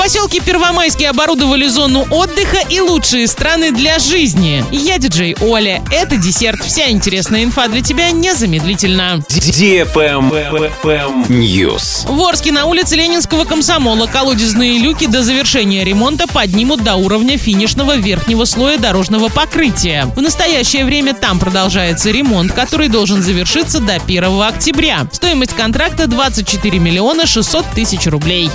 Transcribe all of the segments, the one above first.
поселке Первомайский оборудовали зону отдыха и лучшие страны для жизни. Я диджей Оля. Это десерт. Вся интересная инфа для тебя незамедлительно. News. В Орске на улице Ленинского комсомола колодезные люки до завершения ремонта поднимут до уровня финишного верхнего слоя дорожного покрытия. В настоящее время там продолжается ремонт, который должен завершиться до 1 октября. Стоимость контракта 24 миллиона 600 тысяч рублей.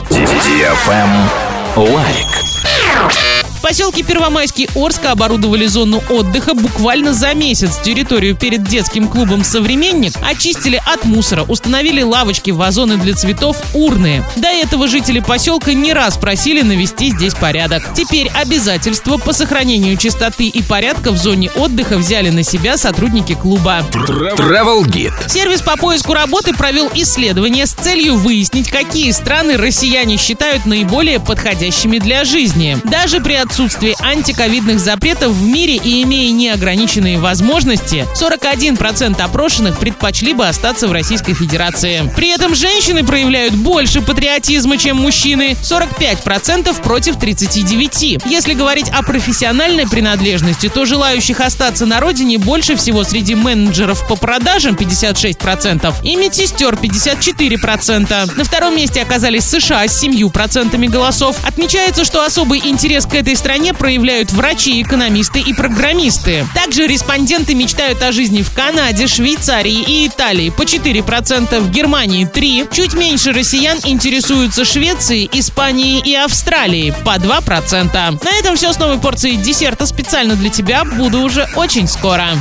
Лайк. В поселке Первомайский Орска оборудовали зону отдыха буквально за месяц. Территорию перед детским клубом «Современник» очистили от мусора, установили лавочки, вазоны для цветов, урны. До этого жители поселка не раз просили навести здесь порядок. Теперь обязательства по сохранению чистоты и порядка в зоне отдыха взяли на себя сотрудники клуба. Travel Guide. Сервис по поиску работы провел исследование с целью выяснить, какие страны россияне считают наиболее подходящими для жизни. Даже при отсутствии антиковидных запретов в мире и имея неограниченные возможности, 41% опрошенных предпочли бы остаться в Российской Федерации. При этом женщины проявляют больше патриотизма, чем мужчины, 45% против 39%. Если говорить о профессиональной принадлежности, то желающих остаться на родине больше всего среди менеджеров по продажам 56% и медсестер 54%. На втором месте оказались США с 7% голосов. Отмечается, что особый интерес к этой стране проявляют врачи, экономисты и программисты. Также респонденты мечтают о жизни в Канаде, Швейцарии и Италии по 4%, в Германии 3%. Чуть меньше россиян интересуются Швецией, Испанией и Австралией по 2%. На этом все с новой порцией десерта специально для тебя. Буду уже очень скоро.